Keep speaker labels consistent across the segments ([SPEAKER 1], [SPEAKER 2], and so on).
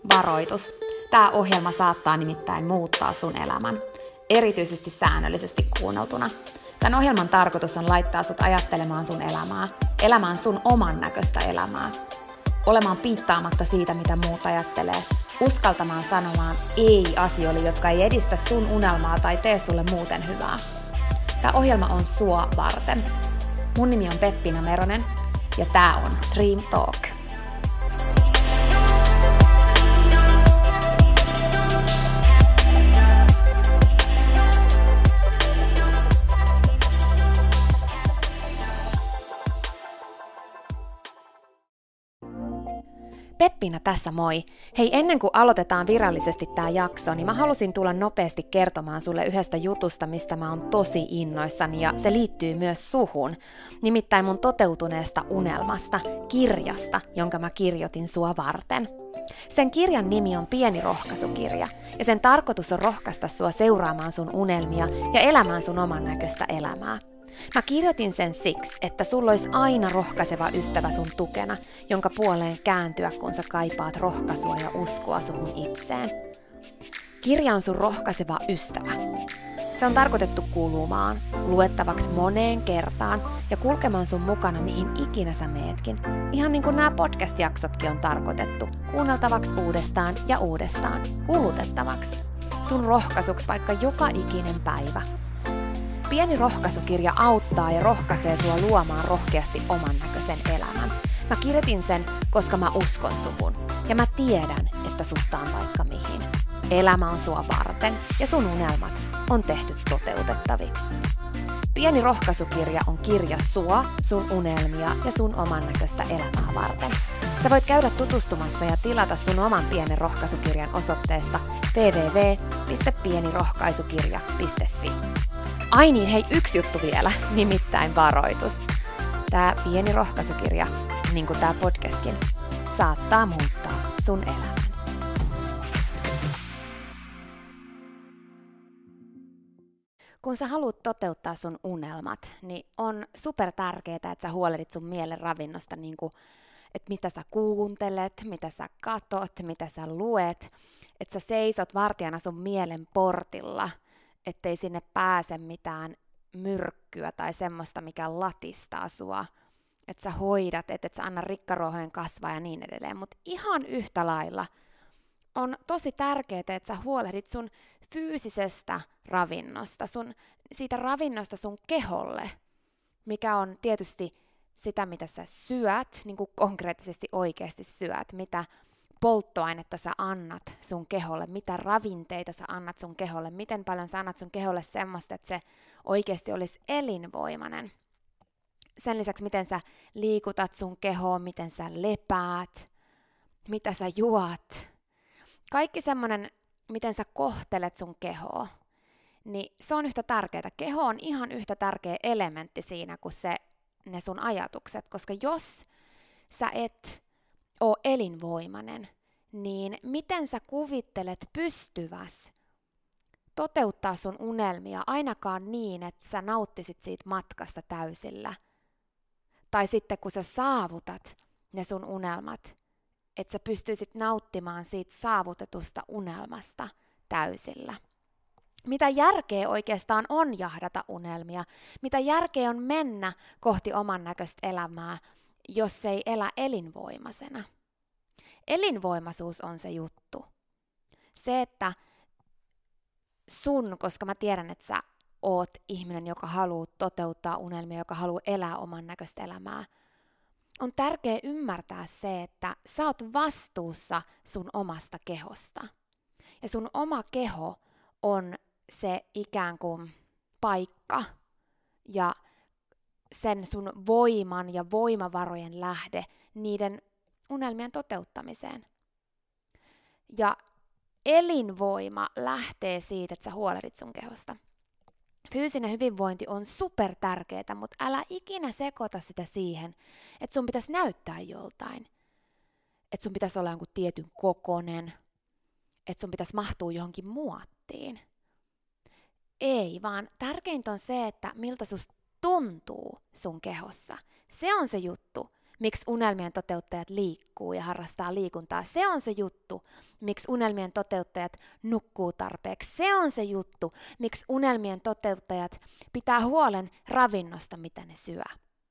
[SPEAKER 1] Varoitus. Tämä ohjelma saattaa nimittäin muuttaa sun elämän, erityisesti säännöllisesti kuunneltuna. Tämän ohjelman tarkoitus on laittaa sut ajattelemaan sun elämää, elämään sun oman näköistä elämää, olemaan piittaamatta siitä, mitä muut ajattelee, uskaltamaan sanomaan ei asioille, jotka ei edistä sun unelmaa tai tee sulle muuten hyvää. Tämä ohjelma on sua varten. Mun nimi on Peppina Meronen ja tää on Dream Talk. Peppina tässä moi! Hei, ennen kuin aloitetaan virallisesti tää jakso, niin mä halusin tulla nopeasti kertomaan sulle yhdestä jutusta, mistä mä oon tosi innoissani ja se liittyy myös suhun. Nimittäin mun toteutuneesta unelmasta, kirjasta, jonka mä kirjoitin sua varten. Sen kirjan nimi on Pieni rohkaisukirja ja sen tarkoitus on rohkaista sua seuraamaan sun unelmia ja elämään sun oman näköistä elämää. Mä kirjoitin sen siksi, että sulla olisi aina rohkaiseva ystävä sun tukena, jonka puoleen kääntyä, kun sä kaipaat rohkaisua ja uskoa suhun itseen. Kirja on sun rohkaiseva ystävä. Se on tarkoitettu kuulumaan, luettavaksi moneen kertaan ja kulkemaan sun mukana mihin ikinä sä meetkin. Ihan niin kuin nämä podcast-jaksotkin on tarkoitettu, kuunneltavaksi uudestaan ja uudestaan, kulutettavaksi. Sun rohkaisuksi vaikka joka ikinen päivä. Pieni rohkaisukirja auttaa ja rohkaisee sua luomaan rohkeasti oman näköisen elämän. Mä kirjoitin sen, koska mä uskon suhun. Ja mä tiedän, että susta on vaikka mihin. Elämä on sua varten ja sun unelmat on tehty toteutettaviksi. Pieni rohkaisukirja on kirja sua, sun unelmia ja sun oman näköistä elämää varten. Sä voit käydä tutustumassa ja tilata sun oman pienen rohkaisukirjan osoitteesta www.pienirohkaisukirja.fi. Ai niin, hei, yksi juttu vielä, nimittäin varoitus. Tää pieni rohkaisukirja, niin kuin tää podcastkin, saattaa muuttaa sun elämän. Kun sä haluat toteuttaa sun unelmat, niin on super tärkeää, että sä huolehdit sun mielen ravinnosta, niin kuin, että mitä sä kuuntelet, mitä sä katot, mitä sä luet, että sä seisot vartijana sun mielen portilla, ettei sinne pääse mitään myrkkyä tai semmoista, mikä latistaa sua. Että sä hoidat, et sä anna rikkaruohojen kasvaa ja niin edelleen. Mutta ihan yhtä lailla on tosi tärkeää, että sä huolehdit sun fyysisestä ravinnosta, siitä ravinnosta sun keholle, mikä on tietysti sitä, mitä sä syöt, niin kuin konkreettisesti oikeasti syöt, mitä polttoainetta sä annat sun keholle, mitä ravinteita sä annat sun keholle, miten paljon sä annat sun keholle semmoista, että se oikeasti olisi elinvoimainen. Sen lisäksi, miten sä liikutat sun kehoa, miten sä lepäät, mitä sä juot. Kaikki semmoinen, miten sä kohtelet sun kehoa, niin se on yhtä tärkeää. Keho on ihan yhtä tärkeä elementti siinä kuin ne sun ajatukset, koska jos sä et oo elinvoimainen, niin miten sä kuvittelet pystyväs toteuttaa sun unelmia ainakaan niin, että sä nauttisit siitä matkasta täysillä. Tai sitten kun sä saavutat ne sun unelmat, että sä pystyisit nauttimaan siitä saavutetusta unelmasta täysillä. Mitä järkeä oikeastaan on jahdata unelmia? Mitä järkeä on mennä kohti oman näköistä elämää, jos ei elä elinvoimaisena? Elinvoimaisuus on se juttu. Se, että koska mä tiedän, että sä oot ihminen, joka haluaa toteuttaa unelmia, joka haluaa elää oman näköistä elämää, on tärkeää ymmärtää se, että sä oot vastuussa sun omasta kehosta. Ja sun oma keho on se ikään kuin paikka ja sen sun voiman ja voimavarojen lähde niiden unelmien toteuttamiseen. Ja elinvoima lähtee siitä, että sä huolehdit sun kehosta. Fyysinen hyvinvointi on super tärkeää, mutta älä ikinä sekoita sitä siihen, että sun pitäisi näyttää joltain. Että sun pitäisi olla jonkun tietyn kokonen, että sun pitäisi mahtua johonkin muottiin. Ei, vaan tärkeintä on se, että miltä susta tuntuu sun kehossa. Se on se juttu, miksi unelmien toteuttajat liikkuu ja harrastaa liikuntaa. Se on se juttu, miksi unelmien toteuttajat nukkuu tarpeeksi. Se on se juttu, miksi unelmien toteuttajat pitää huolen ravinnosta, mitä ne syö.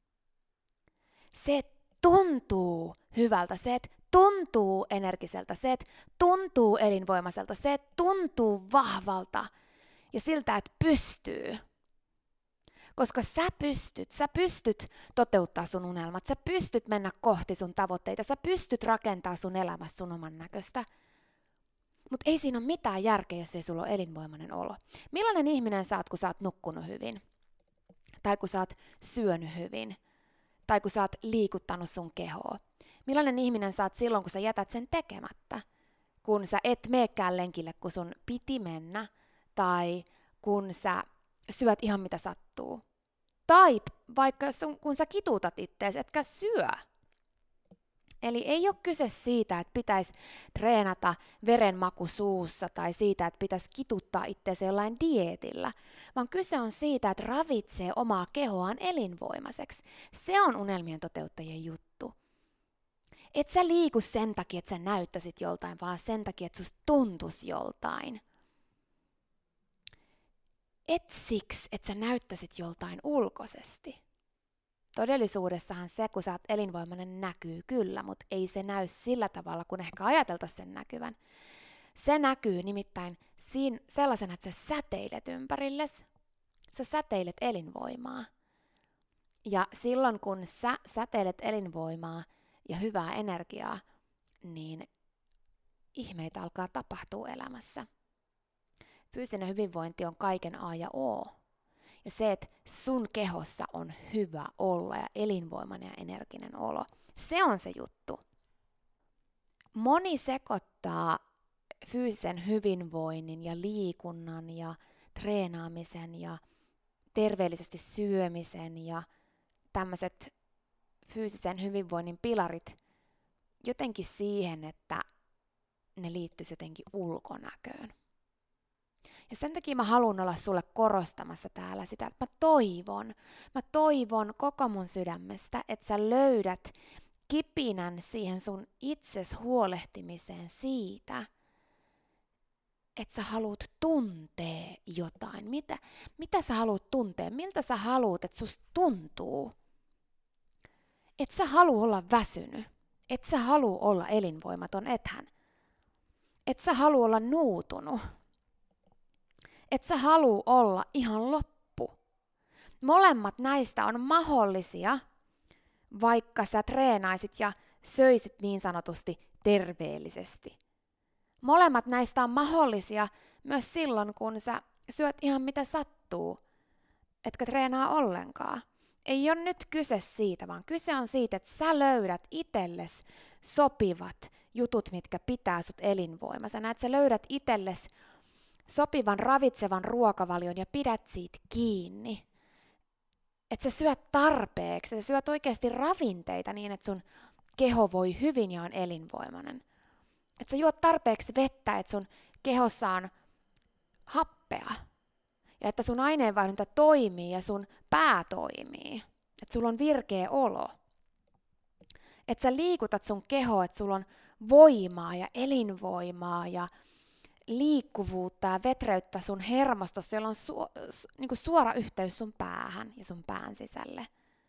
[SPEAKER 1] Se tuntuu hyvältä, se tuntuu energiseltä, se tuntuu elinvoimaiselta, se tuntuu vahvalta ja siltä, että pystyy. Koska sä pystyt toteuttaa sun unelmat, sä pystyt mennä kohti sun tavoitteita, sä pystyt rakentaa sun elämässä sun oman näköistä. Mutta ei siinä ole mitään järkeä, jos ei sulla ole elinvoimainen olo. Millainen ihminen sä oot, kun sä oot nukkunut hyvin? Tai kun sä oot syönyt hyvin? Tai kun sä oot liikuttanut sun kehoa? Millainen ihminen sä oot silloin, kun sä jätät sen tekemättä? Kun sä et meekään lenkille, kun sun piti mennä? Tai kun sä syöt ihan mitä sattuu? Tai vaikka kun sä kituutat ittees, etkä syö. Eli ei ole kyse siitä, että pitäisi treenata verenmaku suussa tai siitä, että pitäisi kituttaa itseäsi jollain dieetillä, vaan kyse on siitä, että ravitsee omaa kehoaan elinvoimaiseksi. Se on unelmien toteuttajien juttu. Et sä liiku sen takia, että sä näyttäisit joltain, vaan sen takia, että susta tuntuisi joltain. Et siksi, että sä näyttäisit joltain ulkoisesti. Todellisuudessahan se, kun sä oot elinvoimainen, näkyy kyllä, mutta ei se näy sillä tavalla, kun ehkä ajateltaisiin sen näkyvän. Se näkyy nimittäin sellaisena, että sä säteilet ympärilles. Sä säteilet elinvoimaa. Ja silloin, kun sä säteilet elinvoimaa ja hyvää energiaa, niin ihmeitä alkaa tapahtua elämässä. Fyysinen hyvinvointi on kaiken A ja O. Ja se, että sun kehossa on hyvä olla ja elinvoimainen ja energinen olo, se on se juttu. Moni sekoittaa fyysisen hyvinvoinnin ja liikunnan ja treenaamisen ja terveellisesti syömisen ja tämmöiset fyysisen hyvinvoinnin pilarit jotenkin siihen, että ne liittyisi jotenkin ulkonäköön. Ja sen takia mä haluan olla sulle korostamassa täällä sitä, että mä toivon koko mun sydämestä, että sä löydät kipinän siihen sun itses huolehtimiseen siitä, että sä haluat tuntea jotain. Mitä sä haluat tuntea? Miltä sä haluat, että susta tuntuu? Et sä halua olla väsynyt. Et sä halua olla elinvoimaton, ethän. Et sä halua olla nuutunut. Et sä halua olla ihan loppu. Molemmat näistä on mahdollisia, vaikka sä treenaisit ja söisit niin sanotusti terveellisesti. Molemmat näistä on mahdollisia myös silloin, kun sä syöt ihan mitä sattuu, etkä treenaa ollenkaan. Ei ole nyt kyse siitä, vaan kyse on siitä, että sä löydät itsellesi sopivat jutut, mitkä pitää sut elinvoimaisena. Että sä löydät itsellesi sopivan ravitsevan ruokavalion ja pidät siitä kiinni. Että sä syöt tarpeeksi, sä syöt oikeasti ravinteita niin, että sun keho voi hyvin ja on elinvoimainen. Että sä juot tarpeeksi vettä, että sun kehossa on happea. Ja että sun aineenvaihdunta toimii ja sun pää toimii. Että sulla on virkeä olo. Että sä liikutat sun kehoa, että sulla on voimaa ja elinvoimaa ja liikkuvuutta ja vetreyttä sun hermostossa, jolla on niinku suora yhteys sun päähän ja sun pään sisälle.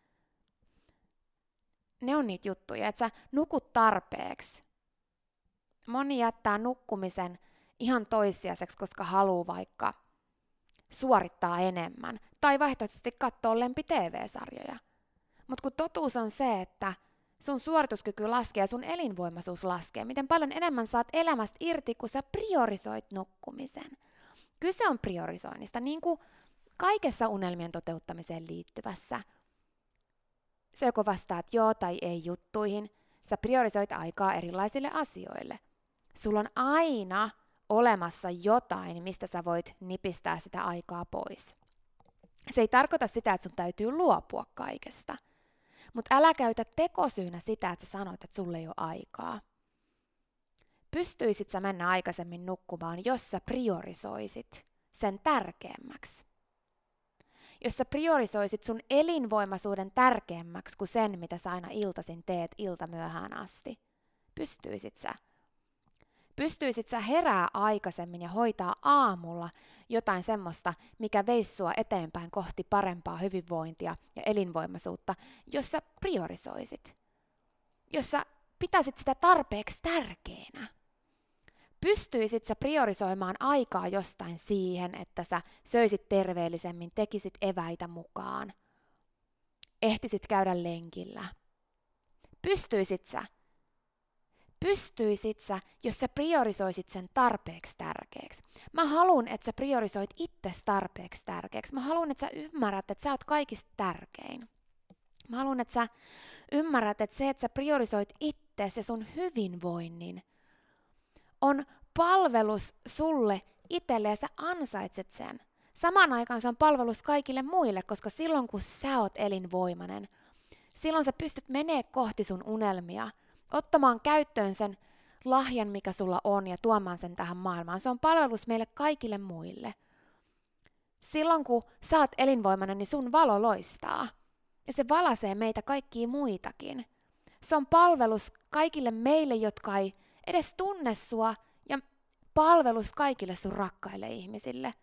[SPEAKER 1] Ne on niitä juttuja, että sä nukut tarpeeksi. Moni jättää nukkumisen ihan toissijaiseksi, koska haluaa vaikka suorittaa enemmän tai vaihtoehtoisesti katsoa lempi-TV-sarjoja. Mutta kun totuus on se, että sun suorituskyky laskee ja sun elinvoimaisuus laskee, miten paljon enemmän saat elämästä irti, kun sä priorisoit nukkumisen. Kyse on priorisoinnista, niin kuin kaikessa unelmien toteuttamiseen liittyvässä. Se joko vastaat joo tai ei juttuihin, sä priorisoit aikaa erilaisille asioille. Sulla on aina olemassa jotain, mistä sä voit nipistää sitä aikaa pois. Se ei tarkoita sitä, että sun täytyy luopua kaikesta. Mutta älä käytä tekosyynä sitä, että sä sanoit, että sulle ei ole aikaa. Pystyisit sä mennä aikaisemmin nukkumaan, jos sä priorisoisit sen tärkeämmäksi. jos sä priorisoisit sun elinvoimaisuuden tärkeämmäksi kuin sen, mitä sä aina iltaisin teet iltamyöhään asti? Pystyisit sä? Pystyisit sä herää aikaisemmin ja hoitaa aamulla jotain semmoista, mikä veisi sua eteenpäin kohti parempaa hyvinvointia ja elinvoimaisuutta, jos sä priorisoisit? Jos sä pitäisit sitä tarpeeksi tärkeänä? Pystyisit sä priorisoimaan aikaa jostain siihen, että sä söisit terveellisemmin, tekisit eväitä mukaan, ehtisit käydä lenkillä? Pystyisit sä? Pystyisit sä, jos sä priorisoisit sen tarpeeksi tärkeäksi? Mä haluan, että sä priorisoit itses tarpeeksi tärkeäksi. Mä haluan, että sä ymmärrät, että sä oot kaikista tärkein. Mä haluan, että sä ymmärrät, että se, että sä priorisoit itses ja sun hyvinvoinnin, on palvelus sulle itselle ja sä ansaitset sen. Samaan aikaan se on palvelus kaikille muille, koska silloin kun sä oot elinvoimainen, silloin sä pystyt menemään kohti sun unelmia, ottamaan käyttöön sen lahjan, mikä sulla on, ja tuomaan sen tähän maailmaan. Se on palvelus meille kaikille muille. Silloin kun sä oot elinvoimainen, niin sun valo loistaa. Ja se valaisee meitä kaikkia muitakin. Se on palvelus kaikille meille, jotka ei edes tunne sua, ja palvelus kaikille sun rakkaille ihmisille.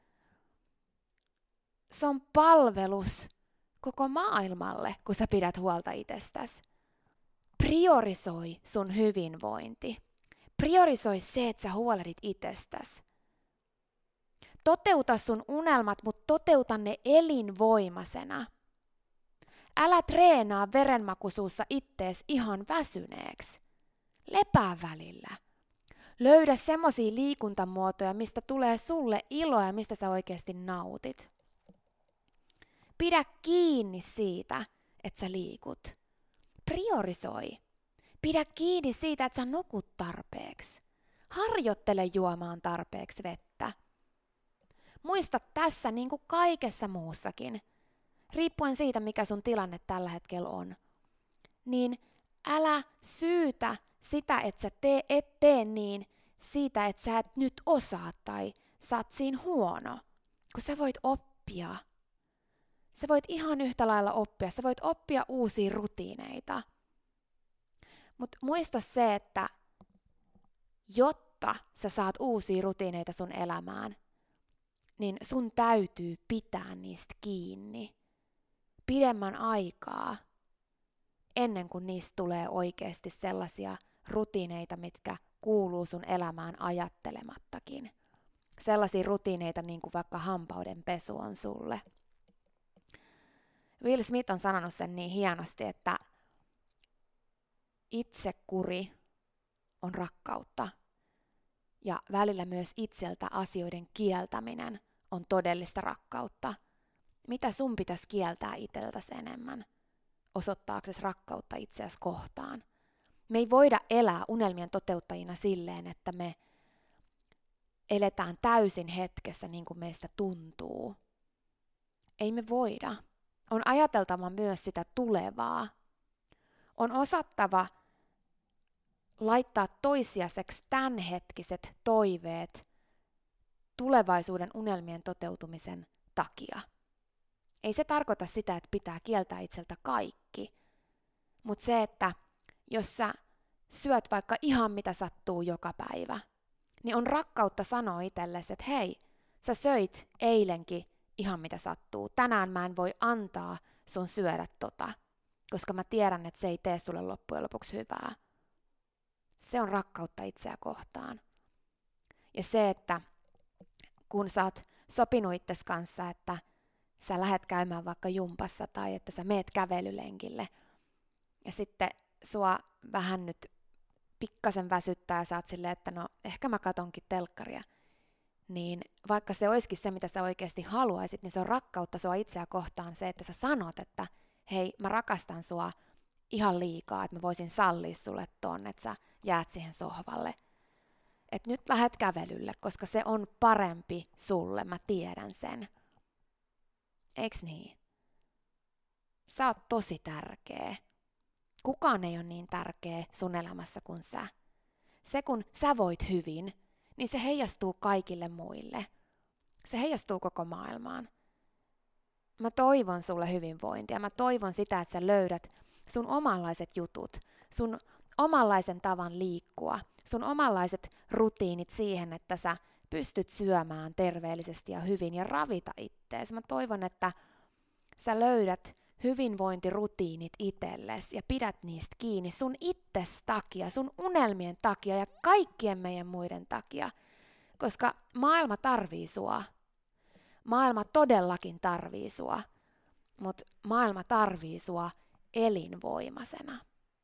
[SPEAKER 1] Se on palvelus koko maailmalle, kun sä pidät huolta itsestäsi. Priorisoi sun hyvinvointi. Priorisoi se, että sä huolehdit itsestäsi. Toteuta sun unelmat, mutta toteuta ne elinvoimaisena. Älä treenaa verenmakuisuussa ittees ihan väsyneeksi. Lepää välillä. Löydä semmosia liikuntamuotoja, mistä tulee sulle iloa ja mistä sä oikeasti nautit. Pidä kiinni siitä, että sä liikut. Priorisoi. Pidä kiinni siitä, että sä nukut tarpeeksi. Harjoittele juomaan tarpeeksi vettä. Muista tässä niin kuin kaikessa muussakin, riippuen siitä, mikä sun tilanne tällä hetkellä on, niin älä syytä sitä, että sä et tee niin siitä, että sä et nyt osaa tai sä oot siinä huono, kun sä voit oppia. Sä voit ihan yhtä lailla oppia, sä voit oppia uusia rutiineita. Mutta muista se, että jotta sä saat uusia rutiineita sun elämään, niin sun täytyy pitää niistä kiinni pidemmän aikaa, ennen kuin niistä tulee oikeasti sellaisia rutiineita, mitkä kuuluu sun elämään ajattelemattakin. Sellaisia rutiineita, niin kuin vaikka hampauden pesu on sulle. Will Smith on sanonut sen niin hienosti, että itsekuri on rakkautta ja välillä myös itseltä asioiden kieltäminen on todellista rakkautta. Mitä sun pitäisi kieltää itseltäsi enemmän, osoittaaksesi rakkautta itseäsi kohtaan? Me ei voida elää unelmien toteuttajina silleen, että me eletään täysin hetkessä niin kuin meistä tuntuu. Ei me voida. On ajateltava myös sitä tulevaa. On osattava laittaa toissijaiseksi tämänhetkiset toiveet tulevaisuuden unelmien toteutumisen takia. Ei se tarkoita sitä, että pitää kieltää itseltä kaikki, mutta se, että jos sä syöt vaikka ihan mitä sattuu joka päivä, niin on rakkautta sanoa itsellesi, että hei, sä söit eilenkin ihan mitä sattuu. Tänään mä en voi antaa sun syödä tota, koska mä tiedän, että se ei tee sulle loppujen lopuksi hyvää. Se on rakkautta itseä kohtaan. Ja se, että kun sä oot sopinut itses kanssa, että sä lähdet käymään vaikka jumpassa tai että sä meet kävelylenkille ja sitten sua vähän nyt pikkasen väsyttää ja sä oot silleen, että no ehkä mä katonkin telkkaria, niin vaikka se olisikin se, mitä sä oikeasti haluaisit, niin se on rakkautta sua itseä kohtaan se, että sä sanot, että hei, mä rakastan sua ihan liikaa, että mä voisin sallia sulle ton, että sä jäät siihen sohvalle. Että nyt lähdet kävelylle, koska se on parempi sulle, mä tiedän sen. Eiks niin? Sä oot tosi tärkeä. Kukaan ei ole niin tärkeä sun elämässä kuin sä. Se kun sä voit hyvin, niin se heijastuu kaikille muille. Se heijastuu koko maailmaan. mä toivon sulle hyvinvointia. Mä toivon sitä, että sä löydät sun omanlaiset jutut, sun omanlaisen tavan liikkua, sun omanlaiset rutiinit siihen, että sä pystyt syömään terveellisesti ja hyvin ja ravita ittees. Mä toivon, että sä löydät hyvinvointirutiinit itsellesi ja pidät niistä kiinni sun itses takia, sun unelmien takia ja kaikkien meidän muiden takia, koska maailma tarvii sua. Maailma todellakin tarvii sua, mutta maailma tarvii sua elinvoimaisena.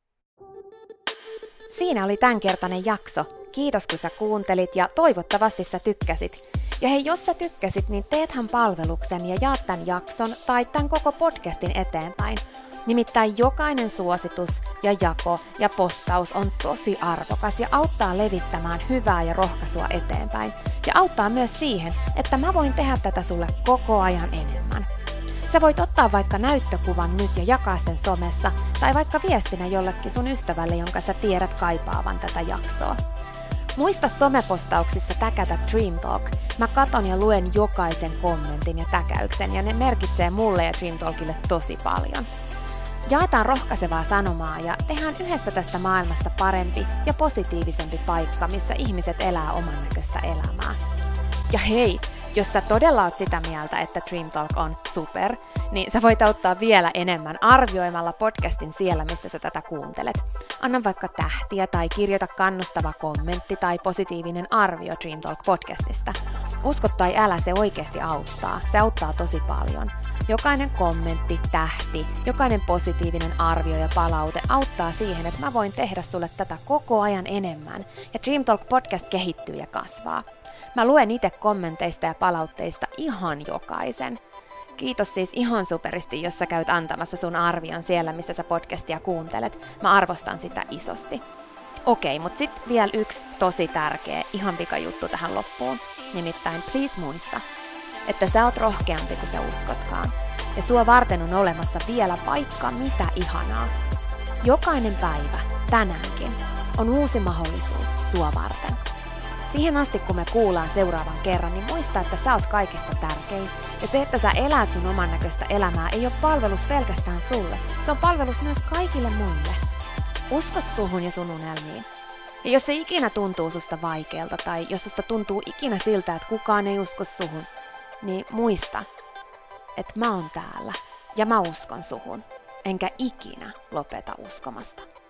[SPEAKER 1] Siinä oli tämänkertainen jakso. Kiitos kun sä kuuntelit ja toivottavasti sä tykkäsit. Ja hei, jos sä tykkäsit, niin teethän palveluksen ja jaat tämän jakson tai tämän koko podcastin eteenpäin. Nimittäin jokainen suositus ja jako ja postaus on tosi arvokas ja auttaa levittämään hyvää ja rohkaisua eteenpäin. Ja auttaa myös siihen, että mä voin tehdä tätä sulle koko ajan enemmän. Sä voit ottaa vaikka näyttökuvan nyt ja jakaa sen somessa, tai vaikka viestinä jollekin sun ystävälle, jonka sä tiedät kaipaavan tätä jaksoa. Muista somepostauksissa täkätä Dream Talk. Mä katon ja luen jokaisen kommentin ja täkäyksen, ja ne merkitsee mulle ja Dream Talkille tosi paljon. Jaetaan rohkaisevaa sanomaa ja tehdään yhdessä tästä maailmasta parempi ja positiivisempi paikka, missä ihmiset elää oman näköistä elämää. Ja hei, jos sä todella oot sitä mieltä, että Dream Talk on super, niin sä voit auttaa vielä enemmän arvioimalla podcastin siellä, missä sä tätä kuuntelet. Anna vaikka tähtiä tai kirjoita kannustava kommentti tai positiivinen arvio Dream Talk podcastista. Usko tai älä, se oikeasti auttaa. Se auttaa tosi paljon. Jokainen kommentti, tähti, jokainen positiivinen arvio ja palaute auttaa siihen, että mä voin tehdä sulle tätä koko ajan enemmän. Ja Dream Talk podcast kehittyy ja kasvaa. Mä luen itse kommenteista ja palautteista ihan jokaisen. Kiitos siis ihan superisti, jos sä käyt antamassa sun arvion siellä, missä sä podcastia kuuntelet. Mä arvostan sitä isosti. Okei, mut sit vielä yksi tosi tärkeä, ihan pikajuttu tähän loppuun. Nimittäin please muista, että sä oot rohkeampi kuin sä uskotkaan. Ja sua varten on olemassa vielä vaikka mitä ihanaa. Jokainen päivä, tänäänkin, on uusi mahdollisuus sua varten. Siihen asti, kun me kuullaan seuraavan kerran, niin muista, että sä oot kaikista tärkein. Ja se, että sä elät sun oman näköistä elämää, ei ole palvelus pelkästään sulle. Se on palvelus myös kaikille muille. Usko suhun ja sun unelmiin. Ja jos se ikinä tuntuu susta vaikealta, tai jos susta tuntuu ikinä siltä, että kukaan ei usko suhun, niin muista, että mä oon täällä. Ja mä uskon suhun. Enkä ikinä lopeta uskomasta.